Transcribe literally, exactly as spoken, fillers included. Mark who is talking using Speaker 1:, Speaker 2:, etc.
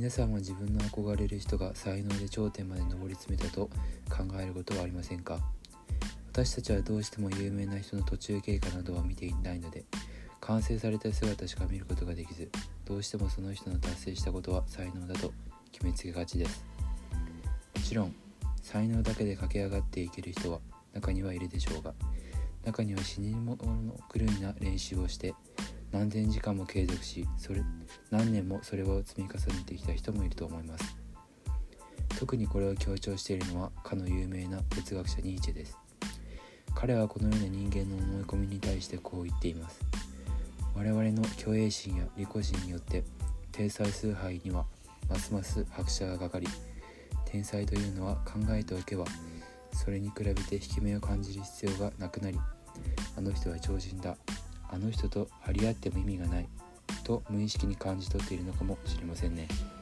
Speaker 1: 皆さんは自分の憧れる人が才能で頂点まで上り詰めたと考えることはありませんか？私たちはどうしても有名な人の途中経過などは見ていないので、完成された姿しか見ることができず、どうしてもその人の達成したことは才能だと決めつけがちです。もちろん才能だけで駆け上がっていける人は中にはいるでしょうが、中には死に物狂いな練習をして何千時間も継続し、それ何年もそれを積み重ねてきた人もいると思います。特にこれを強調しているのはかの有名な哲学者ニーチェです。彼はこのような人間の思い込みに対してこう言っています。我々の虚栄心や利己心によって体裁崇拝にはますます拍車がかかり、天才というのは考えておけばそれに比べて引き目を感じる必要がなくなり、あの人は超人だ、あの人と張り合っても意味がないと無意識に感じ取っているのかもしれませんね。